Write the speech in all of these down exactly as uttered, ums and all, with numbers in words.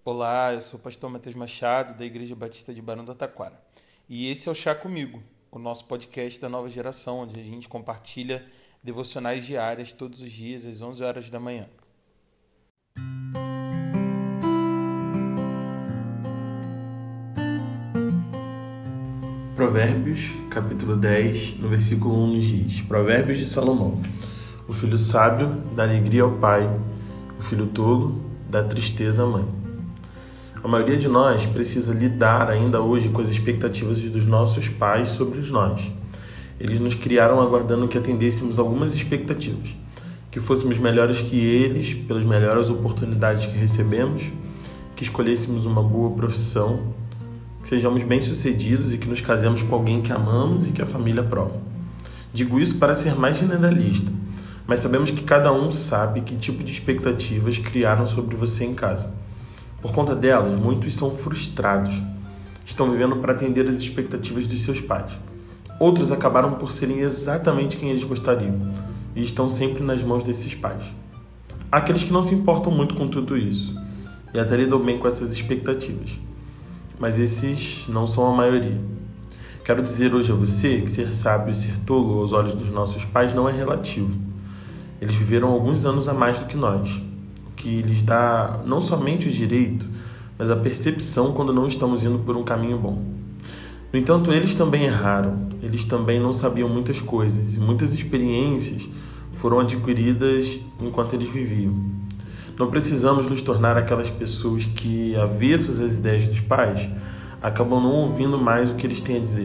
Olá, eu sou o pastor Matheus Machado, da Igreja Batista de Barão do Taquara. E esse é o Chá Comigo, o nosso podcast da nova geração, onde a gente compartilha devocionais diárias todos os dias, às onze horas da manhã. Provérbios, capítulo dez, no versículo um, nos diz: Provérbios de Salomão. O filho sábio dá alegria ao pai, o filho tolo dá tristeza à mãe. A maioria de nós precisa lidar ainda hoje com as expectativas dos nossos pais sobre nós. Eles nos criaram aguardando que atendêssemos algumas expectativas, que fôssemos melhores que eles pelas melhores oportunidades que recebemos, que escolhêssemos uma boa profissão, que sejamos bem-sucedidos e que nos casemos com alguém que amamos e que a família aprova. Digo isso para ser mais generalista, mas sabemos que cada um sabe que tipo de expectativas criaram sobre você em casa. Por conta delas, muitos são frustrados. Estão vivendo para atender as expectativas dos seus pais. Outros acabaram por serem exatamente quem eles gostariam e estão sempre nas mãos desses pais. Há aqueles que não se importam muito com tudo isso e até lidam bem com essas expectativas. Mas esses não são a maioria. Quero dizer hoje a você que ser sábio e ser tolo aos olhos dos nossos pais não é relativo. Eles viveram alguns anos a mais do que nós, o que lhes dá não somente o direito, mas a percepção quando não estamos indo por um caminho bom. No entanto, eles também erraram, eles também não sabiam muitas coisas, e muitas experiências foram adquiridas enquanto eles viviam. Não precisamos nos tornar aquelas pessoas que, avessos às ideias dos pais, acabam não ouvindo mais o que eles têm a dizer.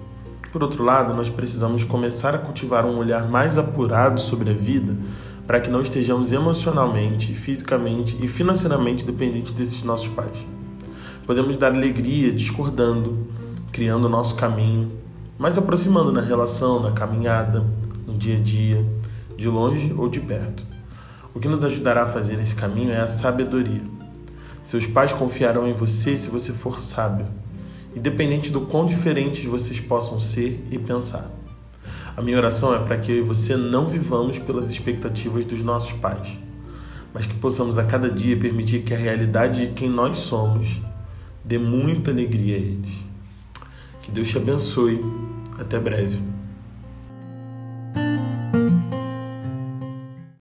Por outro lado, nós precisamos começar a cultivar um olhar mais apurado sobre a vida para que não estejamos emocionalmente, fisicamente e financeiramente dependentes desses nossos pais. Podemos dar alegria discordando, criando o nosso caminho, mas aproximando na relação, na caminhada, no dia a dia, de longe ou de perto. O que nos ajudará a fazer esse caminho é a sabedoria. Seus pais confiarão em você se você for sábio, independente do quão diferentes vocês possam ser e pensar. A minha oração é para que eu e você não vivamos pelas expectativas dos nossos pais, mas que possamos a cada dia permitir que a realidade de quem nós somos dê muita alegria a eles. Que Deus te abençoe. Até breve.